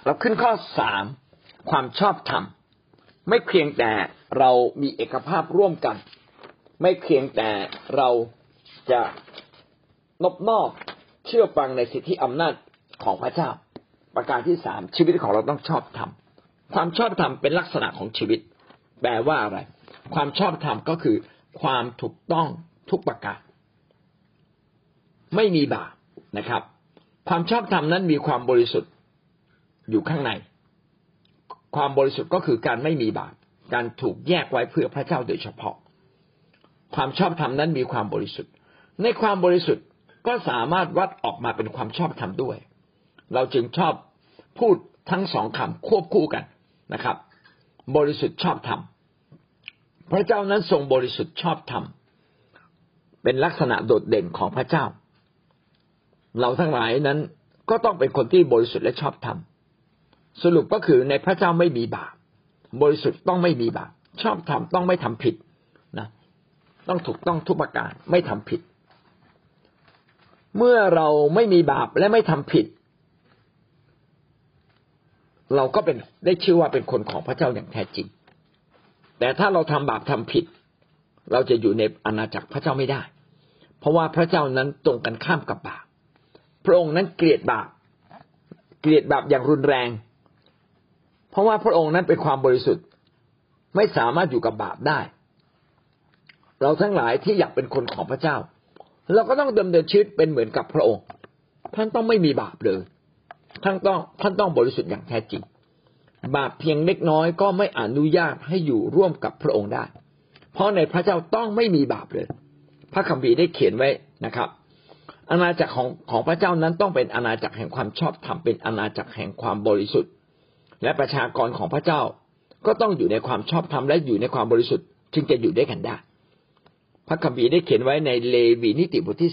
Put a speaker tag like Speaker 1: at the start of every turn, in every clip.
Speaker 1: เราขึ้นข้อ3ความชอบธรรมไม่เพียงแต่เรามีเอกภาพร่วมกันไม่เพียงแต่เราจะนอบน้อมเชื่อฟังในสิทธิอำนาจของพระเจ้าประการที่3ชีวิตของเราต้องชอบธรรมความชอบธรรมเป็นลักษณะของชีวิตแปลว่าอะไรความชอบธรรมก็คือความถูกต้องทุกประการไม่มีบาปนะครับความชอบธรรมนั้นมีความบริสุทธิ์อยู่ข้างในความบริสุทธิ์ก็คือการไม่มีบาปการถูกแยกไว้เพื่อพระเจ้าโดยเฉพาะความชอบธรรมนั้นมีความบริสุทธิ์ในความบริสุทธิ์ก็สามารถวัดออกมาเป็นความชอบธรรมด้วยเราจึงชอบพูดทั้งสองคำควบคู่กันนะครับบริสุทธิ์ชอบธรรมพระเจ้านั้นทรงบริสุทธิ์ชอบธรรมเป็นลักษณะโดดเด่นของพระเจ้าเราทั้งหลายนั้นก็ต้องเป็นคนที่บริสุทธิ์และชอบธรรมสรุปก็คือในพระเจ้าไม่มีบาปบริสุทธิ์ต้องไม่มีบาปชอบธรรมต้องไม่ทำผิดนะต้องถูกต้องทุกประการไม่ทำผิดเมื่อเราไม่มีบาปและไม่ทำผิดเราก็เป็นได้ชื่อว่าเป็นคนของพระเจ้าอย่างแท้จริงแต่ถ้าเราทำบาปทำผิดเราจะอยู่ในอาณาจักรพระเจ้าไม่ได้เพราะว่าพระเจ้านั้นตรงกันข้ามกับบาปพระองค์นั้นเกลียดบาปอย่างรุนแรงเพราะว่าพระองค์นั้นเป็นความบริสุทธิ์ไม่สามารถอยู่กับบาปได้เราทั้งหลายที่อยากเป็นคนของพระเจ้าเราก็ต้องดำเนินชีวิตเป็นเหมือนกับพระองค์ท่านต้องไม่มีบาปเลยท่านต้องบริสุทธิ์อย่างแท้จริงบาปเพียงเล็กน้อยก็ไม่อนุญาตให้อยู่ร่วมกับพระองค์ได้เพราะในพระเจ้าต้องไม่มีบาปเลยพระคัมภีร์ได้เขียนไว้นะครับอาณาจักรของพระเจ้านั้นต้องเป็นอาณาจักรแห่งความชอบธรรมเป็นอาณาจักรแห่งความบริสุทธิ์และประชากรของพระเจ้าก็ต้องอยู่ในความชอบธรรมและอยู่ในความบริสุทธิ์จึงจะอยู่ด้วยกันได้พระคัมภีร์ได้เขียนไว้ในเลวีนิติบทที่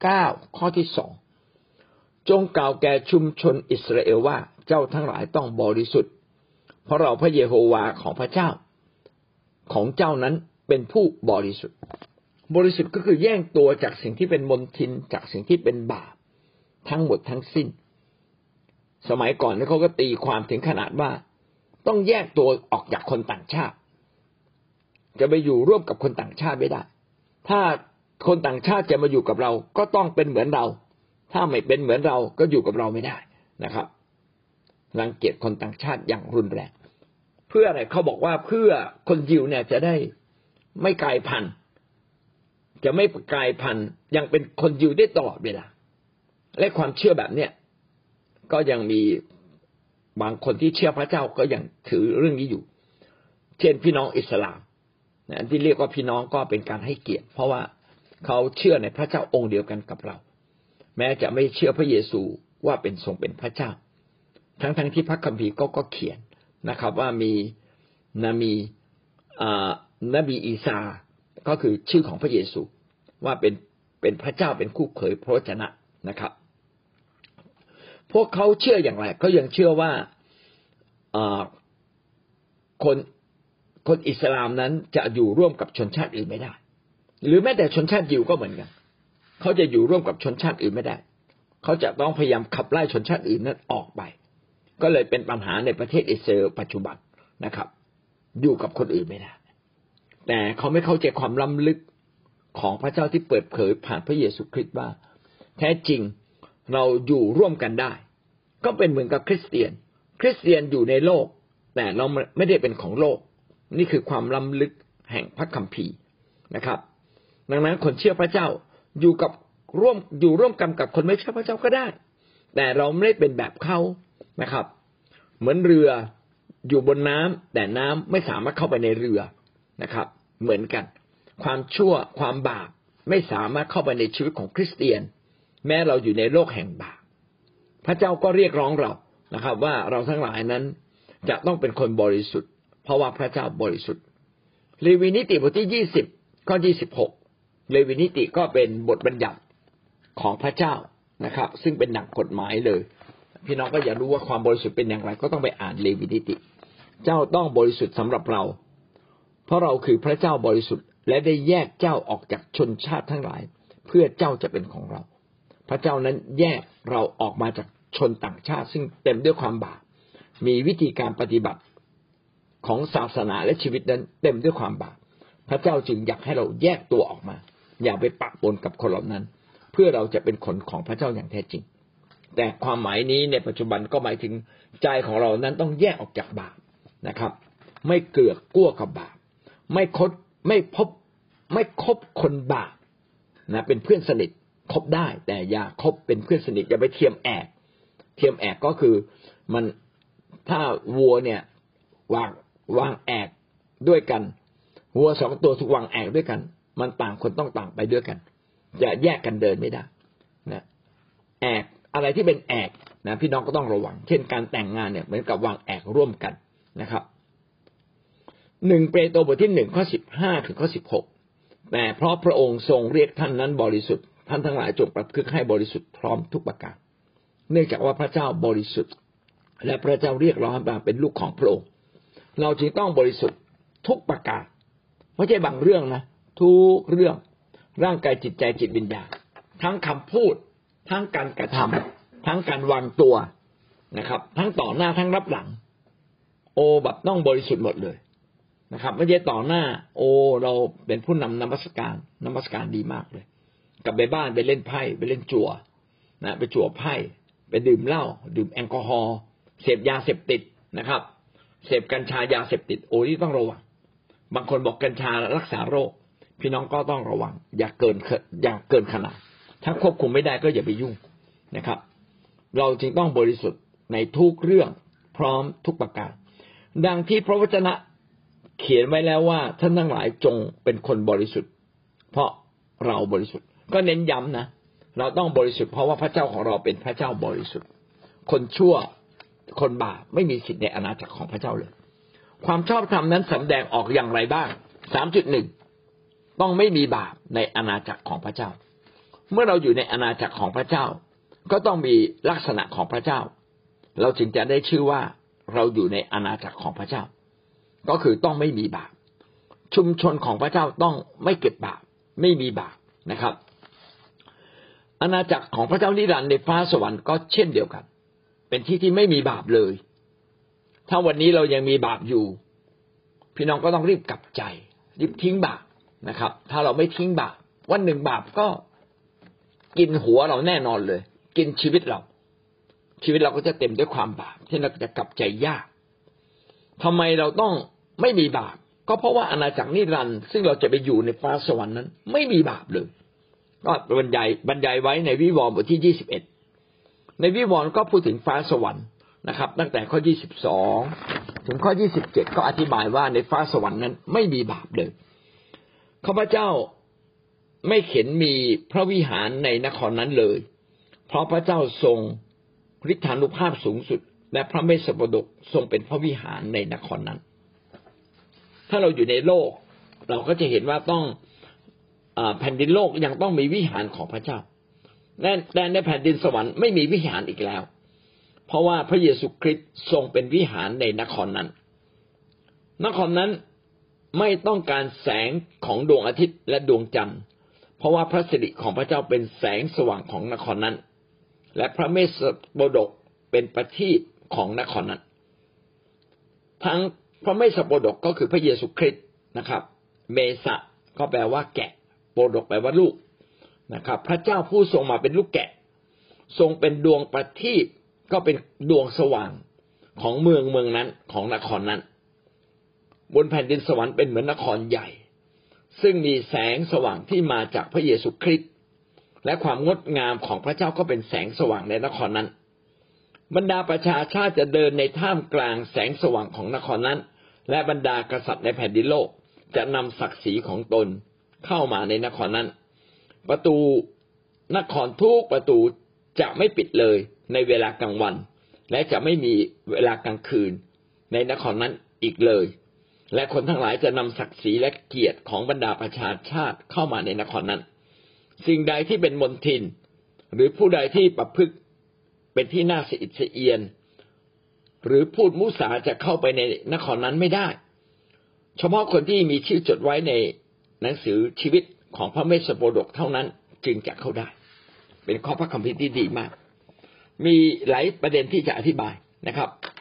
Speaker 1: 19ข้อที่2จงกล่าวแก่ชุมชนอิสราเอลว่าเจ้าทั้งหลายต้องบริสุทธิ์เพราะเราพระเยโฮวาของพระเจ้าของเจ้านั้นเป็นผู้บริสุทธิ์บริสุทธิ์ก็คือแยกตัวจากสิ่งที่เป็นมลทินจากสิ่งที่เป็นบาปทั้งหมดทั้งสิ้นสมัยก่อนเขาก็ตีความถึงขนาดว่าต้องแยกตัวออกจากคนต่างชาติจะไปอยู่ร่วมกับคนต่างชาติไม่ได้ถ้าคนต่างชาติจะมาอยู่กับเราก็ต้องเป็นเหมือนเราถ้าไม่เป็นเหมือนเราก็อยู่กับเราไม่ได้นะครับรังเกียจคนต่างชาติอย่างรุนแรงเพื่ออะไรเขาบอกว่าเพื่อคนยิวเนี่ยจะได้ไม่กลายพันธุ์จะไม่กลายพันธุ์ยังเป็นคนยิวได้ตลอดเวลาและความเชื่อแบบเนี้ยก็ยังมีบางคนที่เชื่อพระเจ้าก็ยังถือเรื่องนี้อยู่เช่นพี่น้องอิสลามนะที่เรียกว่าพี่น้องก็เป็นการให้เกียรติเพราะว่าเขาเชื่อในพระเจ้าองค์เดียวกันกับเราแม้จะไม่เชื่อพระเยซูว่าเป็นทรงเป็นพระเจ้าทั้งที่พระคัมภีร์ก็เขียนนะครับว่ามีนบีอีสาก็คือชื่อของพระเยซูว่าเป็นพระเจ้าเป็นคู่เผยพระวจนะนะครับพวกเขาเชื่ออย่างไรเขายังเชื่อว่าคนอิสลามนั้นจะอยู่ร่วมกับชนชาติอื่นไม่ได้หรือแม้แต่ชนชาติยิวก็เหมือนกันเขาจะอยู่ร่วมกับชนชาติอื่นไม่ได้เขาจะต้องพยายามขับไล่ชนชาติอื่นนั้นออกไปก็เลยเป็นปัญหาในประเทศอิสราเอลปัจจุบันนะครับอยู่กับคนอื่นไม่ได้แต่เขาไม่เข้าใจความล้ำลึกของพระเจ้าที่เปิดเผยผ่านพระเยซูคริสต์ว่าแท้จริงเราอยู่ร่วมกันได้ก็เป็นเหมือนกับคริสเตียนอยู่ในโลกแต่เราไม่ได้เป็นของโลกนี่คือความล้ำลึกแห่งพระคัมภีร์นะครับดังนั้นคนเชื่อพระเจ้าอยู่ร่วมกันกับคนไม่เชื่อพระเจ้าก็ได้แต่เราไม่ได้เป็นแบบเขานะครับเหมือนเรืออยู่บนน้ำแต่น้ำไม่สามารถเข้าไปในเรือนะครับเหมือนกันความชั่วความบาปไม่สามารถเข้าไปในชีวิตของคริสเตียนแม้เราอยู่ในโลกแห่งบาปพระเจ้าก็เรียกร้องเรานะครับว่าเราทั้งหลายนั้นจะต้องเป็นคนบริสุทธิ์เพราะว่าพระเจ้าบริสุทธิ์เลวีนิติบทที่20ข้อ26เลวีนิติก็เป็นบทบัญญัติของพระเจ้านะครับซึ่งเป็นหนังกฎหมายเลยพี่น้องก็อยากรู้ว่าความบริสุทธิ์เป็นอย่างไรก็ต้องไปอ่านเลวีนิติเจ้าต้องบริสุทธิ์สำหรับเราเพราะเราคือพระเจ้าบริสุทธิ์และได้แยกเจ้าออกจากชนชาติทั้งหลายเพื่อเจ้าจะเป็นของเราพระเจ้านั้นแยกเราออกมาจากชนต่างชาติซึ่งเต็มด้วยความบาปมีวิธีการปฏิบัติของศาสนาและชีวิตนั้นเต็มด้วยความบาปพระเจ้าจึงอยากให้เราแยกตัวออกมาอย่าไปปะปนกับคนเหล่านั้นเพื่อเราจะเป็นคนของพระเจ้าอย่างแท้จริงแต่ความหมายนี้ในปัจจุบันก็หมายถึงใจของเรานั้นต้องแยกออกจากบาปนะครับไม่เกลือกกลั้วกับบาปไม่คบคนบาปนะเป็นเพื่อนสนิทคบได้แต่อย่าคบเป็นเพื่อนสนิทอย่าไปเทียมแอกก็คือมันถ้าวัวเนี่ยวางแอกด้วยกันวัว2ตัวถูกวางแอกด้วยกันมันต่างคนต้องต่างไปด้วยกันจะแยกกันเดินไม่ได้นะแอกอะไรที่เป็นแอกนะพี่น้องก็ต้องระวังเช่นการแต่งงานเนี่ยเหมือนกับวางแอกร่วมกันนะครับ1เปโตรบทที่1ข้อ15ถึงข้อ16แต่เพราะพระองค์ทรงเรียกท่านนั้นบริสุทธิ์ท่านทั้งหลายจงประพฤติให้บริสุทธิ์พร้อมทุกประการเนื่องจากว่าพระเจ้าบริสุทธิ์และพระเจ้าเรียกเราให้มาเป็นลูกของพระองค์เราจึงต้องบริสุทธิ์ทุกประการไม่ใช่บางเรื่องนะทุกเรื่องร่างกายจิตใจจิตวิญญาณทั้งคำพูดทั้งการกระทำทั้งการวางตัวนะครับทั้งต่อหน้าทั้งรับหลังแบบต้องบริสุทธิ์หมดเลยนะครับไม่ใช่ต่อหน้าเราเป็นผู้นำนมัสการดีมากเลยกลับไปบ้านไปเล่นไพ่ไปเล่นจั่วนะไปจั่วไพ่ไปดื่มเหล้าดื่มแอลกอฮอล์เสพยาเสพติดนะครับเสพกัญชายาเสพติดที่ต้องระวังบางคนบอกกัญชารักษาโรคพี่น้องก็ต้องระวังอย่าเกินขนาดถ้าควบคุมไม่ได้ก็อย่าไปยุ่งนะครับเราจึงต้องบริสุทธิ์ในทุกเรื่องพร้อมทุกประการดังที่พระวจนะเขียนไว้แล้วว่าท่านทั้งหลายจงเป็นคนบริสุทธิ์เพราะเราบริสุทธิ์ก็เน้นย้ำนะเราต้องบริสุทธิ์เพราะว่าพระเจ้าของเราเป็นพระเจ้าบริสุทธิ์คนชั่วคนบาปไม่มีสิทธิ์ในอาณาจักรของพระเจ้าเลยความชอบธรรมนั้นแสดงออกอย่างไรบ้าง 3.1 ต้องไม่มีบาปในอาณาจักรของพระเจ้าเมื่อเราอยู่ในอาณาจักรของพระเจ้าก็ต้องมีลักษณะของพระเจ้าเราจึงจะได้ชื่อว่าเราอยู่ในอาณาจักรของพระเจ้าก็คือต้องไม่มีบาปชุมชนของพระเจ้าต้องไม่เก็บบาปไม่มีบาปนะครับอาณาจักรของพระเจ้านิรันดร์ในฟ้าสวรรค์ก็เช่นเดียวกันเป็นที่ที่ไม่มีบาปเลยถ้าวันนี้เรายังมีบาปอยู่พี่น้องก็ต้องรีบกลับใจรีบทิ้งบาปนะครับถ้าเราไม่ทิ้งบาปวันหนึ่งบาปก็กินหัวเราแน่นอนเลยกินชีวิตเราก็จะเต็มด้วยความบาปที่เราจะกลับใจยากทำไมเราต้องไม่มีบาปก็เพราะว่าอาณาจักรนิรันดร์ซึ่งเราจะไปอยู่ในฟ้าสวรรค์นั้นไม่มีบาปเลยก็บรรยายไว้ในวิวรณ์บทที่21ในวิวรณ์ก็พูดถึงฟ้าสวรรค์นะครับตั้งแต่ข้อ22ถึงข้อ27ก็อธิบายว่าในฟ้าสวรรค์นั้นไม่มีบาปเลยข้าพเจ้าไม่เห็นมีพระวิหารในนครนั้นเลยเพราะพระเจ้าทรงฤทธานุภาพสูงสุดและพระเมสสโปดกทรงเป็นพระวิหารในนครนั้นถ้าเราอยู่ในโลกเราก็จะเห็นว่าต้องแผ่นดินโลกยังต้องมีวิหารของพระเจ้าแต่ในแผ่นดินสวรรค์ไม่มีวิหารอีกแล้วเพราะว่าพระเยซูคริสต์ทรงเป็นวิหารในนครนั้นไม่ต้องการแสงของดวงอาทิตย์และดวงจันทร์เพราะว่าพระสิริของพระเจ้าเป็นแสงสว่างของนครนั้นและพระเมสสโปดกเป็นประทีปของนครนั้นทั้งพระเมสสโปดกก็คือพระเยซูคริสต์นะครับเมสะก็แปลว่าแกะโปดกแปลว่าลูกนะครับพระเจ้าผู้ทรงมาเป็นลูกแกะทรงเป็นดวงประทีปก็เป็นดวงสว่างของเมืองนั้นของนครนั้นบนแผ่นดินสวรรค์เป็นเหมือนนครใหญ่ซึ่งมีแสงสว่างที่มาจากพระเยซูคริสต์และความงดงามของพระเจ้าก็เป็นแสงสว่างในนครนั้นบรรดาประชาชาติจะเดินในท่ามกลางแสงสว่างของนครนั้นและบรรดากษัตริย์ในแผ่นดินโลกจะนำศักดิ์ศรีของตนเข้ามาในนครนั้นประตูนครทุกประตูจะไม่ปิดเลยในเวลากลางวันและจะไม่มีเวลากลางคืนในนครนั้นอีกเลยและคนทั้งหลายจะนำศักดิ์ศรีและเกียรติของบรรดาประชาชาติเข้ามาในนครนั้นสิ่งใดที่เป็นมลทินหรือผู้ใดที่ประพฤติเป็นที่น่าสะอิดสะเอียนหรือพูดมุสาจะเข้าไปในนครนั้นไม่ได้เฉพาะคนที่มีชื่อจดไว้ในหนังสือชีวิตของพระเมสสโปดกเท่านั้นจึงจะเข้าได้เป็นข้อพระคัมภีร์ที่ดีมากมีหลายประเด็นที่จะอธิบายนะครับ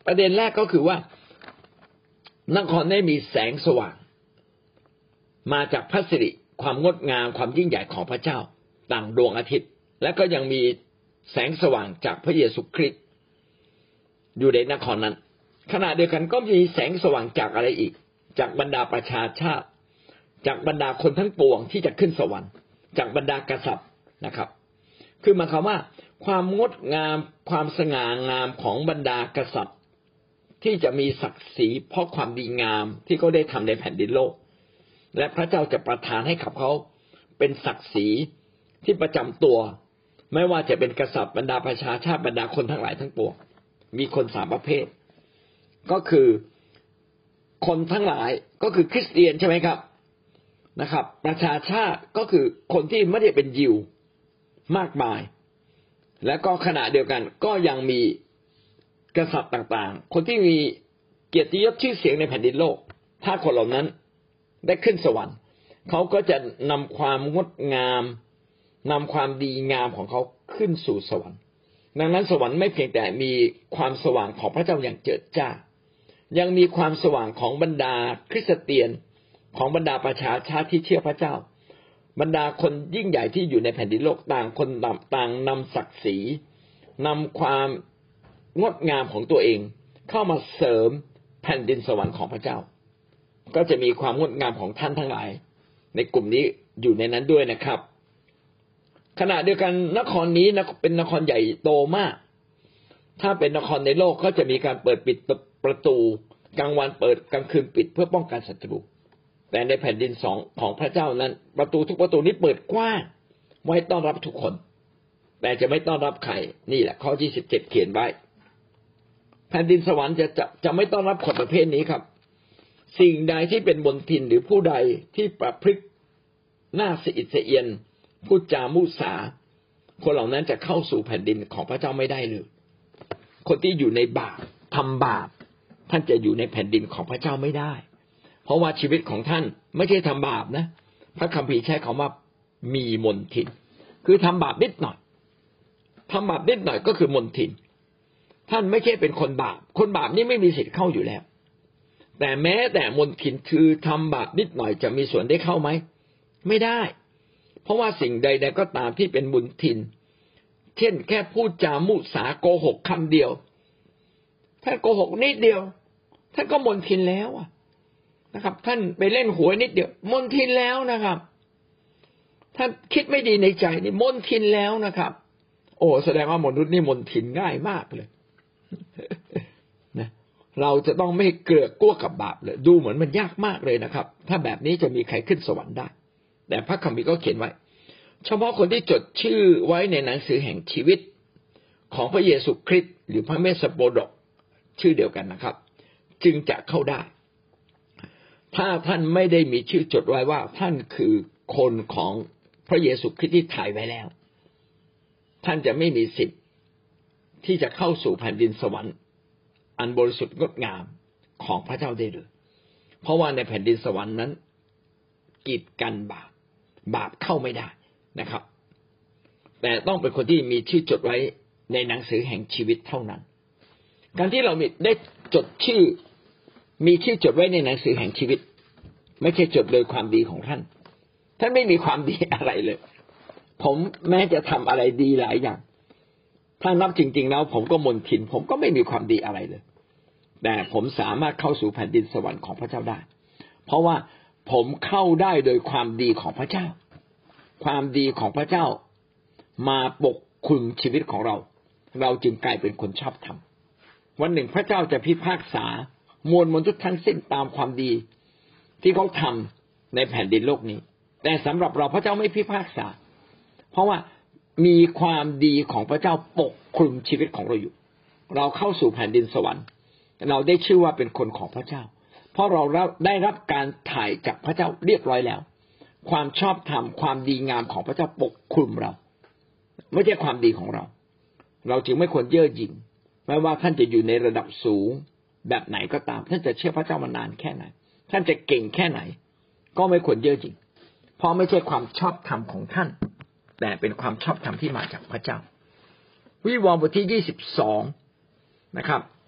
Speaker 1: ประเด็นแรกก็คือว่านครได้มีแสงสว่างมาจากพระสิริความงดงามความยิ่งใหญ่ของพระเจ้าต่างดวงอาทิตย์และก็ยังมีแสงสว่างจากพระเยซูคริสต์อยู่ในนครนั้นขณะเดียวกันก็มีแสงสว่างจากอะไรอีกจากบรรดาประชาชาติจากบรรดาคนทั้งปวงที่จะขึ้นสวรรค์จากบรรดากษัตริย์นะครับคือหมายความว่าความงดงามความสง่างามของบรรดากษัตริย์ที่จะมีศักดิ์ศรีเพราะความดีงามที่เขาได้ทำในแผ่นดินโลกและพระเจ้าจะประทานให้กับเขาเป็นศักดิ์ศรีที่ประจำตัวไม่ว่าจะเป็นกษัตริย์บรรดาประชาชาติบรรดาคนทั้งหลายทั้งปวงมีคน3ประเภทก็คือคนทั้งหลายก็คือคริสเตียนใช่ไหมครับนะครับประชาชาติก็คือคนที่ไม่ได้เป็นยิวมากมายและก็ขณะเดียวกันก็ยังมีกษัตริย์ต่างๆคนที่มีเกียรติยศชื่อเสียงในแผ่นดินโลกถ้าคนเหล่านั้นได้ขึ้นสวรรค์เขาก็จะนำความงดงามนำความดีงามของเขาขึ้นสู่สวรรค์ดังนั้นสวรรค์ไม่เพียงแต่มีความสว่างของพระเจ้าอย่างเจิดจ้ายังมีความสว่างของบรรดาคริสเตียนของบรรดาประชาชาติที่เชื่อพระเจ้าบรรดาคนยิ่งใหญ่ที่อยู่ในแผ่นดินโลกต่างคนต่างนำศักดิ์ศรีนำความงดงามของตัวเองเข้ามาเสริมแผ่นดินสวรรค์ของพระเจ้าก็จะมีความงดงามของท่านทั้งหลายในกลุ่มนี้อยู่ในนั้นด้วยนะครับขณะเดียวกันนครนี้เป็นนครใหญ่โตมากถ้าเป็นนครในโลกก็จะมีการเปิดปิดประตูกลางวันเปิดกลางคืนปิดเพื่อป้องกันศัตรูแต่ในแผ่นดินของพระเจ้านั้นประตูทุกประตูนี้เปิดกว้างไว้ต้อนรับทุกคนแต่จะไม่ต้อนรับใครนี่แหละข้อที่17เขียนไว้แผ่นดินสวรรค์จะไม่ต้อนรับคนประเภทนี้ครับสิ่งใดที่เป็นมลทินหรือผู้ใดที่ประพฤติหน้าสะอิดสะเอียนพูดจามุสาคนเหล่านั้นจะเข้าสู่แผ่นดินของพระเจ้าไม่ได้เลยคนที่อยู่ในบาปทำบาปท่านจะอยู่ในแผ่นดินของพระเจ้าไม่ได้เพราะว่าชีวิตของท่านไม่ใช่ทำบาปนะพระคัมภีร์ใช้คำว่ามีมลทินคือทำบาปนิดหน่อยทำบาปนิดหน่อยก็คือมลทินท่านไม่ใช่เป็นคนบาปคนบาปนี่ไม่มีสิทธิ์เข้าอยู่แล้วแต่แม้แต่มลทินคือทำบาปนิดหน่อยจะมีส่วนได้เข้าไหมไม่ได้เพราะว่าสิ่งใดๆก็ตามที่เป็นมลทินเช่นแค่พูดจามุสาโกหกคำเดียวถ้าโกหกนิดเดียวท่านก็มลทินแล้วนะครับท่านไปเล่นหวยนิดเดียวมลทินแล้วนะครับท่านคิดไม่ดีในใจนี่มลทินแล้วนะครับโอ้แสดงว่ามนุษย์นี่มลทินง่ายมากเลยนะเราจะต้องไม่เกลือกกลัวกับบาปเลยดูเหมือนมันยากมากเลยนะครับถ้าแบบนี้จะมีใครขึ้นสวรรค์ได้แต่พระคัมภีร์ก็เขียนไว้เฉพาะคนที่จดชื่อไว้ในหนังสือแห่งชีวิตของพระเยซูคริสต์หรือพระเมสสโปดกชื่อเดียวกันนะครับจึงจะเข้าได้ถ้าท่านไม่ได้มีชื่อจดไว้ว่าท่านคือคนของพระเยซูคริสต์ที่ถ่ายไว้แล้วท่านจะไม่มีสิทธิ์ที่จะเข้าสู่แผ่นดินสวรรค์อันบริสุทธิ์งดงามของพระเจ้าได้เลยเพราะว่าในแผ่นดินสวรรค์นั้นกีดกันบาปเข้าไม่ได้นะครับแต่ต้องเป็นคนที่มีชื่อจดไว้ในหนังสือแห่งชีวิตเท่านั้นการที่เราได้จดชื่อมีชื่อจดไว้ในหนังสือแห่งชีวิตไม่ใช่จดโดยความดีของท่านไม่มีความดีอะไรเลยผมแม้จะทำอะไรดีหลายอย่างถ้านับจริงๆแล้วผมก็มลทินผมก็ไม่มีความดีอะไรเลยแต่ผมสามารถเข้าสู่แผ่นดินสวรรค์ของพระเจ้าได้เพราะว่าผมเข้าได้โดยความดีของพระเจ้าความดีของพระเจ้ามาปกคลุมชีวิตของเราจึงกลายเป็นคนชอบธรรมวันหนึ่งพระเจ้าจะพิพากษามวลมนุษย์ทั้งสิ้นตามความดีที่เขาทำในแผ่นดินโลกนี้แต่สำหรับเราพระเจ้าไม่พิพากษาเพราะว่ามีความดีของพระเจ้าปกคลุมชีวิตของเราอยู่เราเข้าสู่แผ่นดินสวรรค์เราได้ชื่อว่าเป็นคนของพระเจ้าเพราะเราได้รับการถ่ายจากพระเจ้าเรียบร้อยแล้วความชอบธรรมความดีงามของพระเจ้าปกคลุมเราไม่ใช่ความดีของเราจึงไม่ควรเย่อหยิ่งไม่ว่าท่านจะอยู่ในระดับสูงแบบไหนก็ตามท่านจะเชื่อพระเจ้ามานานแค่ไหนท่านจะเก่งแค่ไหนก็ไม่ควรเย่อหยิ่งเพราะไม่ใช่ความชอบธรรมของท่านแต่เป็นความชอบธรรมที่มาจากพระเจ้าวิวรณ์บทที่22นะครับ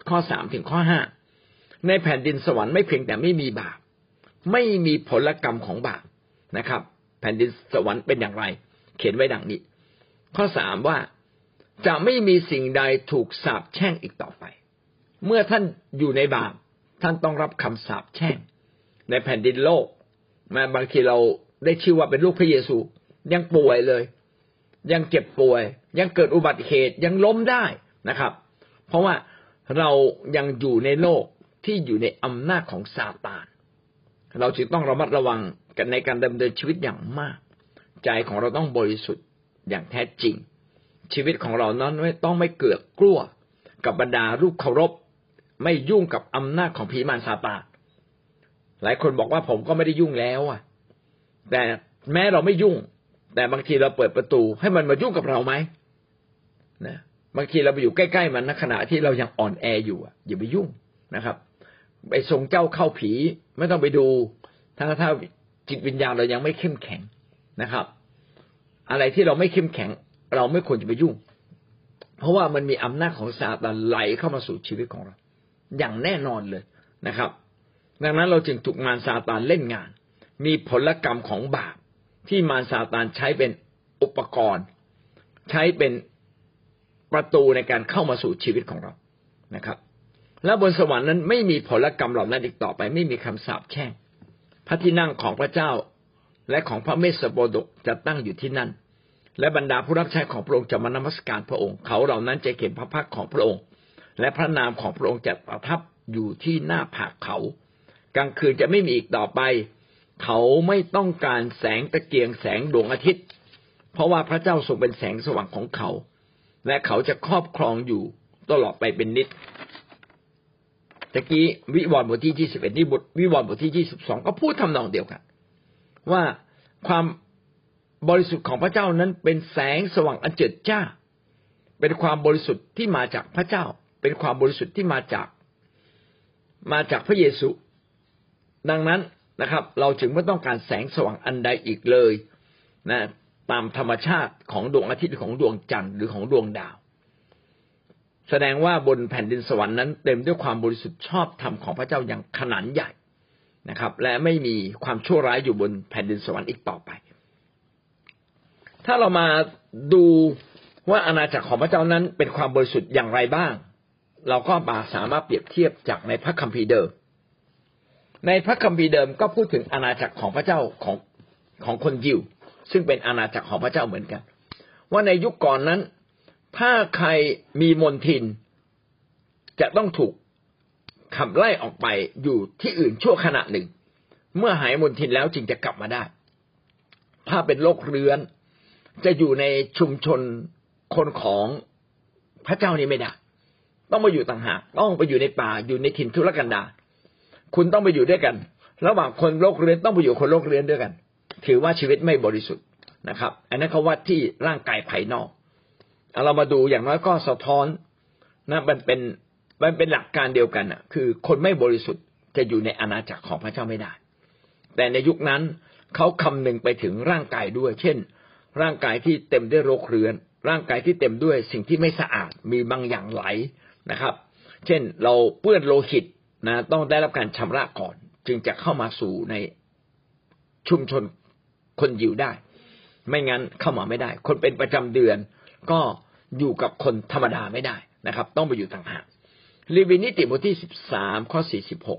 Speaker 1: ข้อ3ถึงข้อ5ในแผ่นดินสวรรค์ไม่เพียงแต่ไม่มีบาปไม่มีผลกรรมของบาปนะครับแผ่นดินสวรรค์เป็นอย่างไรเขียนไว้ดังนี้ข้อ3ว่าจะไม่มีสิ่งใดถูกสาปแช่งอีกต่อไปเมื่อท่านอยู่ในบาปท่านต้องรับคำสาปแช่งในแผ่นดินโลกแม้บางทีเราได้ชื่อว่าเป็นลูกพระเยซูยังป่วยเลยยังเจ็บป่วยยังเกิดอุบัติเหตุยังล้มได้นะครับเพราะว่าเรายังอยู่ในโลกที่อยู่ในอำนาจของซาตานเราจึงต้องระมัดระวังกันในการดำเนินชีวิตอย่างมากใจของเราต้องบริสุทธิ์อย่างแท้จริงชีวิตของเรานั้นต้องไม่เกือกกลัวกับบรรดารูปเคารพไม่ยุ่งกับอำนาจของผีมารซาตานหลายคนบอกว่าผมก็ไม่ได้ยุ่งแล้วอ่ะแต่แม้เราไม่ยุ่งแต่บางทีเราเปิดประตูให้มันมายุ่งกับเราไหมนะบางทีเราไปอยู่ใกล้ๆมันในขณะที่เรายังอ่อนแออยู่อย่าไปยุ่งนะครับไปส่งเจ้าเข้าผีไม่ต้องไปดูถ้าจิตวิญญาณเรายังไม่เข้มแข็งนะครับอะไรที่เราไม่เข้มแข็งเราไม่ควรจะไปยุ่งเพราะว่ามันมีอำนาจของซาตานไหลเข้ามาสู่ชีวิตของเราอย่างแน่นอนเลยนะครับดังนั้นเราจึงถูกมารซาตานเล่นงานมีผลกรรมของบาปที่มารซาตานใช้เป็นอุปกรณ์ใช้เป็นประตูในการเข้ามาสู่ชีวิตของเรานะครับและบนสวรรค์นั้นไม่มีผลกรรมเหล่านั้นอีกต่อไปไม่มีคำสาปแช่งพระที่นั่งของพระเจ้าและของพระเมสสโปดกจะตั้งอยู่ที่นั่นและบรรดาผู้รับใช้ของพระองค์จะมานมัสการพระองค์เขาเหล่านั้นจะเห็นพระพักของพระองค์และพระนามของพระองค์จะประทับอยู่ที่หน้าผากเขากลางคืนจะไม่มีอีกต่อไปเขาไม่ต้องการแสงตะเกียงแสงดวงอาทิตย์เพราะว่าพระเจ้าทรงเป็นแสงสว่างของเขาและเขาจะครอบครองอยู่ตลอดไปเป็นนิจตะกี้วิวรณ์บทที่21นี่บทวิวรณ์บทที่22ก็พูดทำนองเดียวกันว่าความบริสุทธิ์ของพระเจ้านั้นเป็นแสงสว่างอันเจิดจ้าเป็นความบริสุทธิ์ที่มาจากพระเจ้าเป็นความบริสุทธิ์ที่มาจากพระเยซูดังนั้นนะครับเราจึงไม่ต้องการแสงสว่างอันใดอีกเลยนะตามธรรมชาติของดวงอาทิตย์ของดวงจันทร์หรือของดวงดาวแสดงว่าบนแผ่นดินสวรรค์นั้นเต็มด้วยความบริสุทธิ์ชอบธรรมของพระเจ้าอย่างขนาดใหญ่นะครับและไม่มีความชั่วร้ายอยู่บนแผ่นดินสวรรค์อีกต่อไปถ้าเรามาดูว่าอาณาจักรของพระเจ้านั้นเป็นความบริสุทธิ์อย่างไรบ้างเราก็สามารถเปรียบเทียบจากในพระคัมภีร์เดิมในพระคัมภีร์เดิมก็พูดถึงอาณาจักรของพระเจ้าของคนยิวซึ่งเป็นอาณาจักรของพระเจ้าเหมือนกันว่าในยุคก่อนนั้นถ้าใครมีมนทินจะต้องถูกขับไล่ออกไปอยู่ที่อื่นชั่วขณะหนึ่งเมื่อหายมนทินแล้วจึงจะกลับมาได้ถ้าเป็นโรคเรื้อนจะอยู่ในชุมชนคนของพระเจ้านี้ไม่ได้ต้องมาอยู่ต่างหากต้องไปอยู่ในป่าอยู่ในถิ่นทุรกันดารคุณต้องไปอยู่ด้วยกันระหว่างคนโรคเรื้อนต้องไปอยู่คนโรคเรื้อนด้วยกันถือว่าชีวิตไม่บริสุทธิ์นะครับอันนั้นเขาวัดที่ร่างกายภายนอกเรามาดูอย่างน้อยก็สะท้อนนะมันเป็นหลักการเดียวกันอ่ะคือคนไม่บริสุทธิ์จะอยู่ในอาณาจักรของพระเจ้าไม่ได้แต่ในยุคนั้นเขาคำนึงไปถึงร่างกายด้วยเช่นร่างกายที่เต็มด้วยโรคเรื้อนร่างกายที่เต็มด้วยสิ่งที่ไม่สะอาดมีบางอย่างไหลนะครับเช่นเราเปื้อนโลหิตนะต้องได้รับการชำระก่อนจึงจะเข้ามาสู่ในชุมชนคนยิวได้ไม่งั้นเข้ามาไม่ได้คนเป็นประจำเดือนก็อยู่กับคนธรรมดาไม่ได้นะครับต้องไปอยู่ต่างหากลีวีนิติบทที่13ข้อ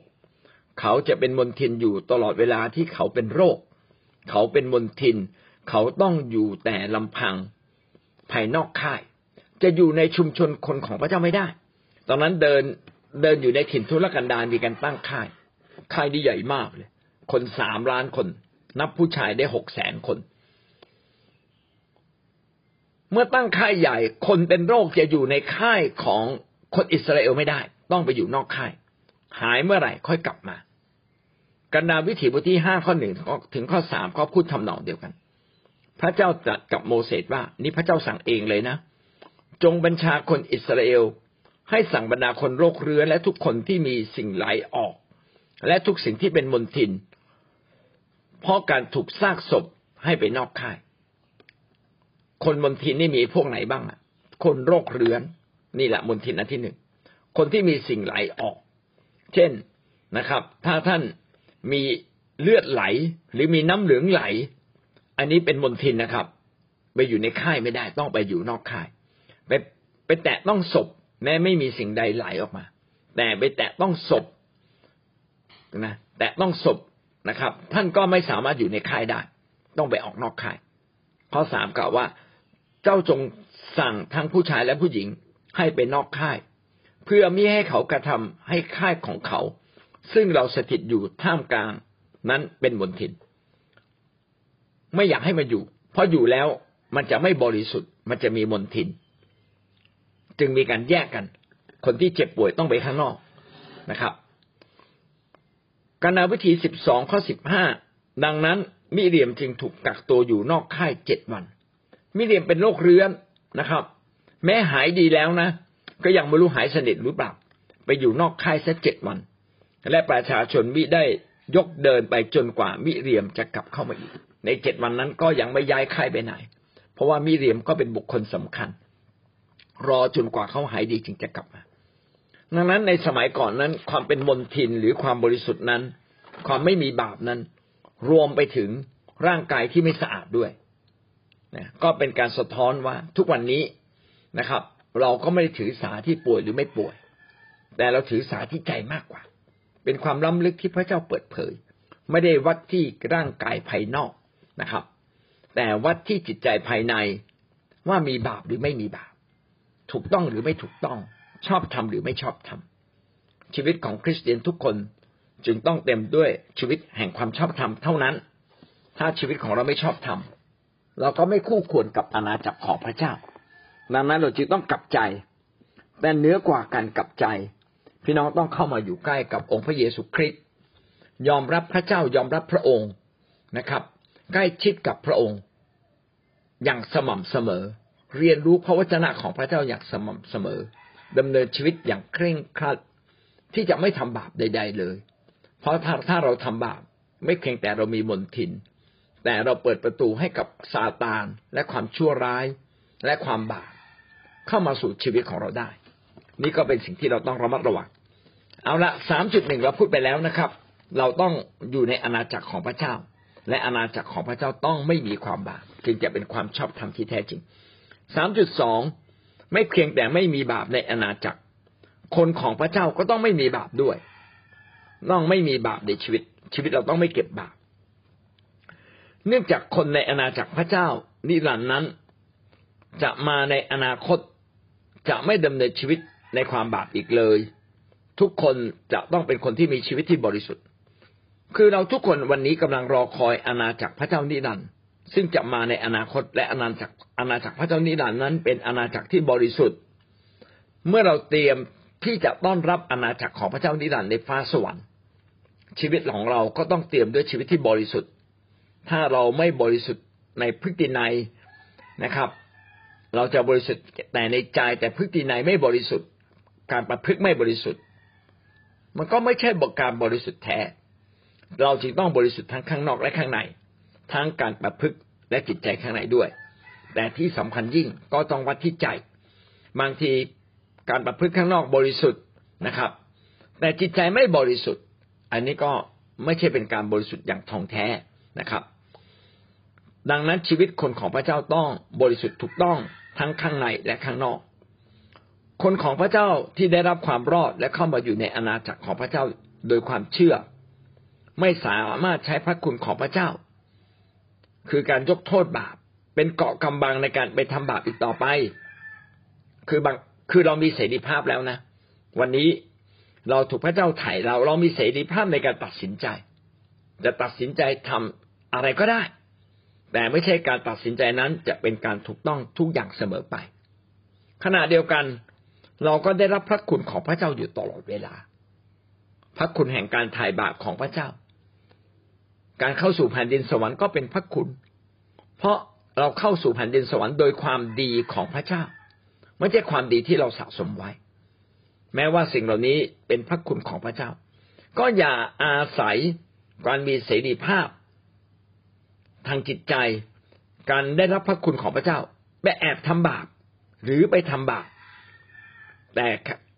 Speaker 1: 46เขาจะเป็นมลทินอยู่ตลอดเวลาที่เขาเป็นโรคเขาเป็นมลทินเขาต้องอยู่แต่ลำพังภายนอกค่ายจะอยู่ในชุมชนคนของพระเจ้าไม่ได้ตอนนั้นเดินอยู่ในถิ่นทุรกันดารมีการตั้งค่ายที่ใหญ่มากเลยคน3 ล้านคนนับผู้ชายได้600,000 คนเมื่อตั้งค่ายใหญ่คนเป็นโรคจะอยู่ในค่ายของคนอิสราเอลไม่ได้ต้องไปอยู่นอกค่ายหายเมื่อไหร่ค่อยกลับมากันดารวิถีบทที่5ข้อ1ถึงข้อ3ก็พูดทำนองเดียวกันพระเจ้าตรัสกับโมเสสว่านี่พระเจ้าสั่งเองเลยนะจงบัญชาคนอิสราเอลให้สั่งบรรดาคนโรคเรื้อนและทุกคนที่มีสิ่งไหลออกและทุกสิ่งที่เป็นมลทินเพราะการถูกซากศพให้ไปนอกค่ายคนมลทินนี่มีพวกไหนบ้างคนโรคเรื้อนนี่แหละมลทินอันที่คนที่มีสิ่งไหลออกเช่นนะครับถ้าท่านมีเลือดไหลหรือมีน้ำเหลืองไหลอันนี้เป็นมลทินนะครับไปอยู่ในค่ายไม่ได้ต้องไปอยู่นอกค่ายไปแตะต้องศพแม้ไม่มีสิ่งใดไหลออกมาแต่ไปแตะต้องศพนะแตะต้องศพนะครับท่านก็ไม่สามารถอยู่ในค่ายได้ต้องไปออกนอกค่ายข้อ3กล่าวว่าเจ้าจงสั่งทั้งผู้ชายและผู้หญิงให้ไปนอกค่ายเพื่อมิให้เขากระทำให้ค่ายของเขาซึ่งเราสถิตอยู่ท่ามกลางนั้นเป็นมลทินไม่อยากให้มันอยู่เพราะอยู่แล้วมันจะไม่บริสุทธิ์มันจะมีมลทินจึงมีการแยกกันคนที่เจ็บป่วยต้องไปข้างนอกนะครับกาณวิธี12ข้อ15ดังนั้นมิเรียมจึงถูกกักตัวอยู่นอกค่าย7วันมิเรียมเป็นโรคเรื้อนนะครับแม้หายดีแล้วนะก็ยังไม่รู้หายสนิทหรือเปล่าไปอยู่นอกค่ายซะ7วันและประชาชนมิได้ยกเดินไปจนกว่ามิเรียมจะกลับเข้ามาอีกใน7วันนั้นก็ยังไม่ย้ายค่ายไปไหนเพราะว่ามิเรียมก็เป็นบุคคลสำคัญรอจนกว่าเขาหายดีจึงจะกลับมาดังนั้นในสมัยก่อนนั้นความเป็นมลทินหรือความบริสุทธิ์นั้นความไม่มีบาปนั้นรวมไปถึงร่างกายที่ไม่สะอาดด้วยนะก็เป็นการสะท้อนว่าทุกวันนี้นะครับเราก็ไม่ได้ถือสาที่ป่วยหรือไม่ป่วยแต่เราถือสาที่ใจมากกว่าเป็นความล้ำลึกที่พระเจ้าเปิดเผยไม่ได้วัดที่ร่างกายภายนอกนะครับแต่วัดที่จิตใจภายในว่ามีบาปหรือไม่มีบาปถูกต้องหรือไม่ถูกต้องชอบทำหรือไม่ชอบทำชีวิตของคริสเตียนทุกคนจึงต้องเต็มด้วยชีวิตแห่งความชอบธรรมเท่านั้นถ้าชีวิตของเราไม่ชอบธรรมเราก็ไม่คู่ควรกับอาณาจักรของพระเจ้าดังนั้นเราจึงต้องกลับใจแต่เหนือกว่าการกลับใจพี่น้องต้องเข้ามาอยู่ใกล้กับองค์พระเยซูคริสต์ยอมรับพระเจ้ายอมรับพระองค์นะครับใกล้ชิดกับพระองค์อย่างสม่ำเสมอเรียนรู้พระวจนะของพระเจ้าอย่างสม่ำเสมอดำเนินชีวิตอย่างเคร่งครัดที่จะไม่ทำบาปใดๆเลยเพราะถ้าเราทำบาปไม่เพียงแต่เรามีมลทินแต่เราเปิดประตูให้กับซาตานและความชั่วร้ายและความบาปเข้ามาสู่ชีวิตของเราได้นี่ก็เป็นสิ่งที่เราต้องระมัดระวังเอาละ 3.1 เราพูดไปแล้วนะครับเราต้องอยู่ในอาณาจักรของพระเจ้าและอาณาจักรของพระเจ้าต้องไม่มีความบาปจึงจะเป็นความชอบธรรมที่แท้จริง 3.2 ไม่เพียงแต่ไม่มีบาปในอาณาจักรคนของพระเจ้าก็ต้องไม่มีบาปด้วยต้องไม่มีบาปในชีวิตเราต้องไม่เก็บบาปเนื่องจากคนในอาณาจักรพระเจ้านิรันดร์นั้นจะมาในอนาคตจะไม่ดำเนินชีวิตในความบาปอีกเลยทุกคนจะต้องเป็นคนที่มีชีวิตที่บริสุทธิ์คือเราทุกคนวันนี้กำลังรอคอยอาณาจักรพระเจ้านิรันดร์ซึ่งจะมาในอนาคตและอาณาจักรพระเจ้านิรันดร์นั้นเป็นอาณาจักรที่บริสุทธิ์เมื่อเราเตรียมที่จะต้อนรับอาณาจักรของพระเจ้านิรันดร์ในฟ้าสวรรค์ชีวิตของเราก็ต้องเตรียมด้วยชีวิตที่บริสุทธิ์ถ้าเราไม่บริสุทธิ์ในพฤตินัยนะครับเราจะบริสุทธิ์แต่ในใจแต่พฤตินัยไม่บริสุทธิ์การประพฤติไม่บริสุทธิ์มันก็ไม่ใช่การบริสุทธิ์แท้เราจึงต้องบริสุทธิ์ทั้งข้างนอกและข้างในทั้งการประพฤติและจิตใจข้างในด้วยแต่ที่สำคัญยิ่งก็ต้องวัดที่ใจบางทีการประพฤติข้างนอกบริสุทธิ์นะครับแต่จิตใจไม่บริสุทธิ์อันนี้ก็ไม่ใช่เป็นการบริสุทธิ์อย่างท่องแท้นะครับดังนั้นชีวิตคนของพระเจ้าต้องบริสุทธิ์ถูกต้องทั้งข้างในและข้างนอกคนของพระเจ้าที่ได้รับความรอดและเข้ามาอยู่ในอาณาจักรของพระเจ้าโดยความเชื่อไม่สามารถใช้พระคุณของพระเจ้าคือการยกโทษบาปเป็นเกราะกำบังในการไปทำบาปอีกต่อไปคือเรามีเสรีภาพแล้วนะวันนี้เราถูกพระเจ้าไถ่เรามีเสรีภาพในการตัดสินใจจะตัดสินใจทำอะไรก็ได้แต่ไม่ใช่การตัดสินใจนั้นจะเป็นการถูกต้องทุกอย่างเสมอไปขณะเดียวกันเราก็ได้รับพระคุณของพระเจ้าอยู่ตลอดเวลาพระคุณแห่งการไถ่บาปของพระเจ้าการเข้าสู่แผ่นดินสวรรค์ก็เป็นพระคุณเพราะเราเข้าสู่แผ่นดินสวรรค์โดยความดีของพระเจ้าไม่ใช่ความดีที่เราสะสมไว้แม้ว่าสิ่งเหล่านี้เป็นพระคุณของพระเจ้าก็อย่าอาศัยการมีเสรีภาพทางจิตใจการได้รับพระคุณของพระเจ้าไปแอบทำบาปหรือไปทำบาปแต่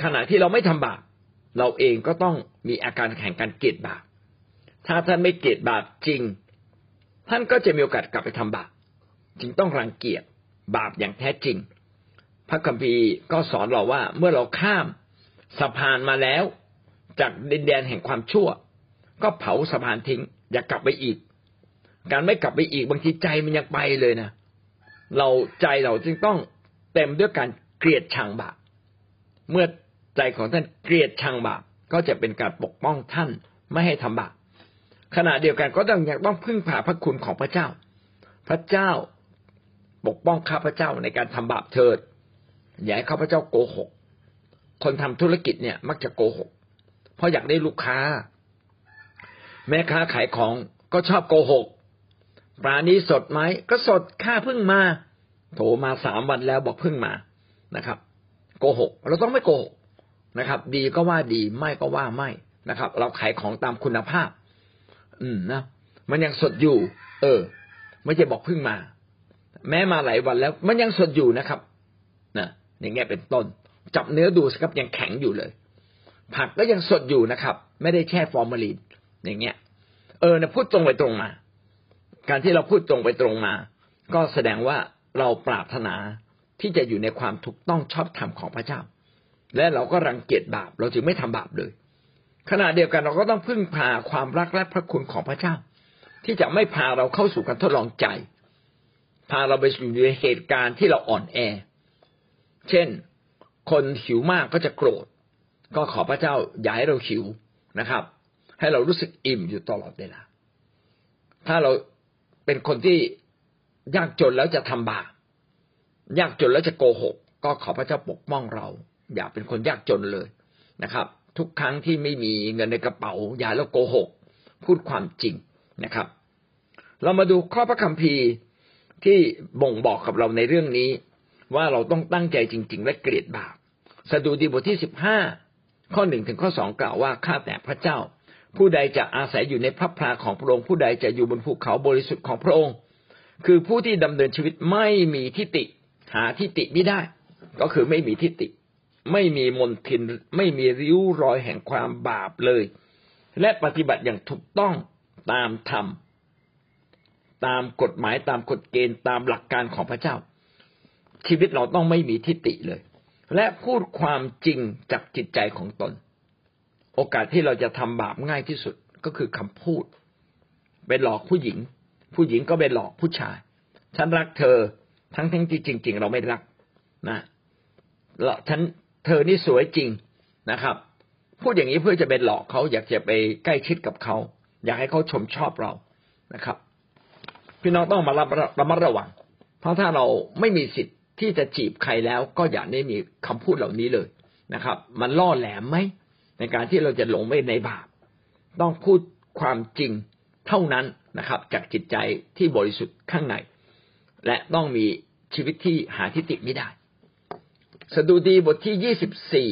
Speaker 1: ขณะที่เราไม่ทำบาปเราเองก็ต้องมีอาการแข่งกันเกลียดบาปถ้าท่านไม่เกลียดบาปจริงท่านก็จะมีโอกาสกลับไปทำบาปจึงต้องรังเกียจบาปอย่างแท้จริงพระคัมภีร์ก็สอนเราว่าเมื่อเราข้ามสะพานมาแล้วจากดินแดนแห่งความชั่วก็เผาสะพานทิ้งอย่ากลับไปอีกการไม่กลับไปอีกบางทีใจมันยังไปเลยนะใจเราจึงต้องเต็มด้วยการเกลียดชังบาปเมื่อใจของท่านเกลียดชังบาปก็จะเป็นการปกป้องท่านไม่ให้ทำบาปขณะเดียวกันก็ยังต้องพึ่งพาพระคุณของพระเจ้าพระเจ้าปกป้องข้าพเจ้าในการทำบาปเถิดอย่าให้ข้าพเจ้าโกหกคนทำธุรกิจเนี่ยมักจะโกหกเพราะอยากได้ลูกค้าแม่ค้าขายของก็ชอบโกหกปลานี้สดไหมก็สดข้าเพิ่งมาโถมา3 วันแล้วบอกเพิ่งมานะครับโกหกเราต้องไม่โกหกนะครับดีก็ว่าดีไม่ก็ว่าไม่นะครับเราขายของตามคุณภาพนะมันยังสดอยู่ไม่ใช่บอกเพิ่งมาแม้มาหลายวันแล้วมันยังสดอยู่นะครับนะอย่างเงี้ยเป็นต้นจับเนื้อดูสิครับยังแข็งอยู่เลยผักก็ยังสดอยู่นะครับไม่ได้แช่ฟอร์มาลีนอย่างเงี้ยนะพูดตรงไปตรงมาการที่เราพูดตรงไปตรงมาก็แสดงว่าเราปรารถนาที่จะอยู่ในความถูกต้องชอบธรรมของพระเจ้าและเราก็รังเกียจบาปเราจึงไม่ทำบาปเลยขณะเดียวกันเราก็ต้องพึ่งพาความรักและพระคุณของพระเจ้าที่จะไม่พาเราเข้าสู่การทดลองใจพาเราไปสู่ในเหตุการณ์ที่เราอ่อนแอเช่นคนหิวมากก็จะโกรธก็ขอพระเจ้าอย่าให้เราหิวนะครับให้เรารู้สึกอิ่มอยู่ตลอดเวลาถ้าเราเป็นคนที่ยากจนแล้วจะทำบาปยากจนแล้วจะโกหกก็ขอพระเจ้าปกป้องเราอย่าเป็นคนยากจนเลยนะครับทุกครั้งที่ไม่มีเงินในกระเป๋าอย่าแล้วโกหกพูดความจริงนะครับเรามาดูข้อพระคัมภีร์ที่บ่งบอกกับเราในเรื่องนี้ว่าเราต้องตั้งใจจริงๆและเกลียดบาปสดุดีบทที่15ข้อ1ถึงข้อ2กล่าวว่าข้าแต่พระเจ้าผู้ใดจะอาศัยอยู่ในพระพลาของพระองค์ผู้ใดจะอยู่บนภูเขาบริสุทธิ์ของพระองค์คือผู้ที่ดำเนินชีวิตไม่มีทิฏฐิหาทิฏฐิไม่ได้ก็คือไม่มีทิฏฐิไม่มีมลทินไม่มีริ้วรอยแห่งความบาปเลยและปฏิบัติอย่างถูกต้องตามธรรมตามกฎหมายตามกฎเกณฑ์ตามหลักการของพระเจ้าชีวิตเราต้องไม่มีทิฏฐิเลยและพูดความจริงจากจิตใจของตนโอกาสที่เราจะทำบาปง่ายที่สุดก็คือคำพูดไปหลอกผู้หญิงผู้หญิงก็ไปหลอกผู้ชายฉันรักเธอทั้งที่จริงๆเราไม่รักนะเธอนี่สวยจริงนะครับพูดอย่างนี้เพื่อจะไปหลอกเขาอยากจะไปใกล้ชิดกับเขาอยากให้เขาชมชอบเรานะครับพี่น้องต้องมาระมัดระวังเพราะถ้าเราไม่มีสิทธิ์ที่จะจีบใครแล้วก็อย่าได้มีคำพูดเหล่านี้เลยนะครับมันล่อแหลมไหมในการที่เราจะหลงไปในบาปต้องพูดความจริงเท่านั้นนะครับจากจิตใจที่บริสุทธิ์ข้างในและต้องมีชีวิตที่หาทิฏฐิไม่ได้สดุดีบทที่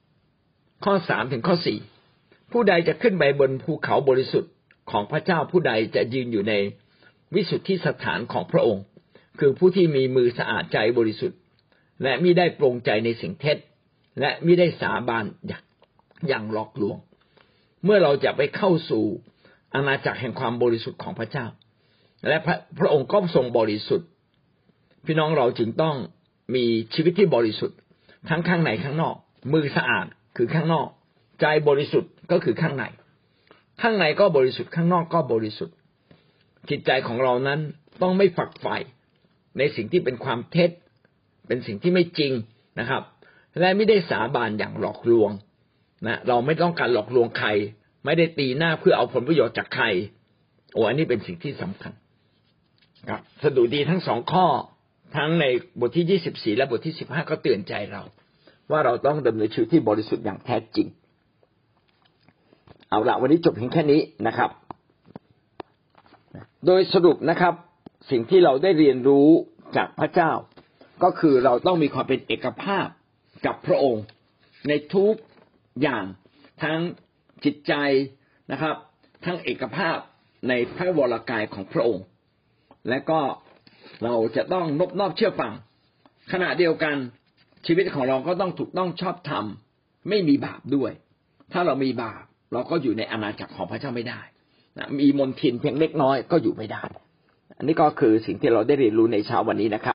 Speaker 1: 24ข้อ3ถึงข้อ4ผู้ใดจะขึ้นไปบนภูเขาบริสุทธิ์ของพระเจ้าผู้ใดจะยืนอยู่ในวิสุทธิสถานของพระองค์คือผู้ที่มีมือสะอาดใจบริสุทธิ์และมิได้ปรงใจในสิ่งเท็จและมิได้สาบานอย่างหลอกลวงเมื่อเราจะไปเข้าสู่อาณาจักรแห่งความบริสุทธิ์ของพระเจ้าและพระองค์ก็ทรงบริสุทธิ์พี่น้องเราจึงต้องมีชีวิตที่บริสุทธิ์ทั้งข้างในข้างนอกมือสะอาดคือข้างนอกใจบริสุทธิ์ก็คือข้างในก็บริสุทธิ์ข้างนอกก็บริสุทธิ์จิตใจของเรานั้นต้องไม่ฝักใฝ่ในสิ่งที่เป็นความเท็จเป็นสิ่งที่ไม่จริงนะครับและไม่ได้สาบานอย่างหลอกลวงนะเราไม่ต้องการหลอกลวงใครไม่ได้ตีหน้าเพื่อเอาผลประโยชน์จากใครอันนี้เป็นสิ่งที่สำคัญครับสดุดีทั้ง2ข้อทั้งในบทที่24และบทที่15ก็เตือนใจเราว่าเราต้องดำเนินชีวิตที่บริสุทธิ์อย่างแท้จริงเอาละวันนี้จบเพียงแค่นี้นะครับโดยสรุปนะครับสิ่งที่เราได้เรียนรู้จากพระเจ้าก็คือเราต้องมีความเป็นเอกภาพกับพระองค์ในทุกอย่างทั้งจิตใจนะครับทั้งเอกภาพในพระวรกายของพระองค์และก็เราจะต้องนอบเชื่อฟังขณะเดียวกันชีวิตของเราก็ต้องถูกต้องชอบธรรมไม่มีบาปด้วยถ้าเรามีบาปเราก็อยู่ในอาณาจักรของพระเจ้าไม่ได้มีมลทินเพียงเล็กน้อยก็อยู่ไม่ได้อันนี้ก็คือสิ่งที่เราได้เรียนรู้ในเช้าวันนี้นะครับ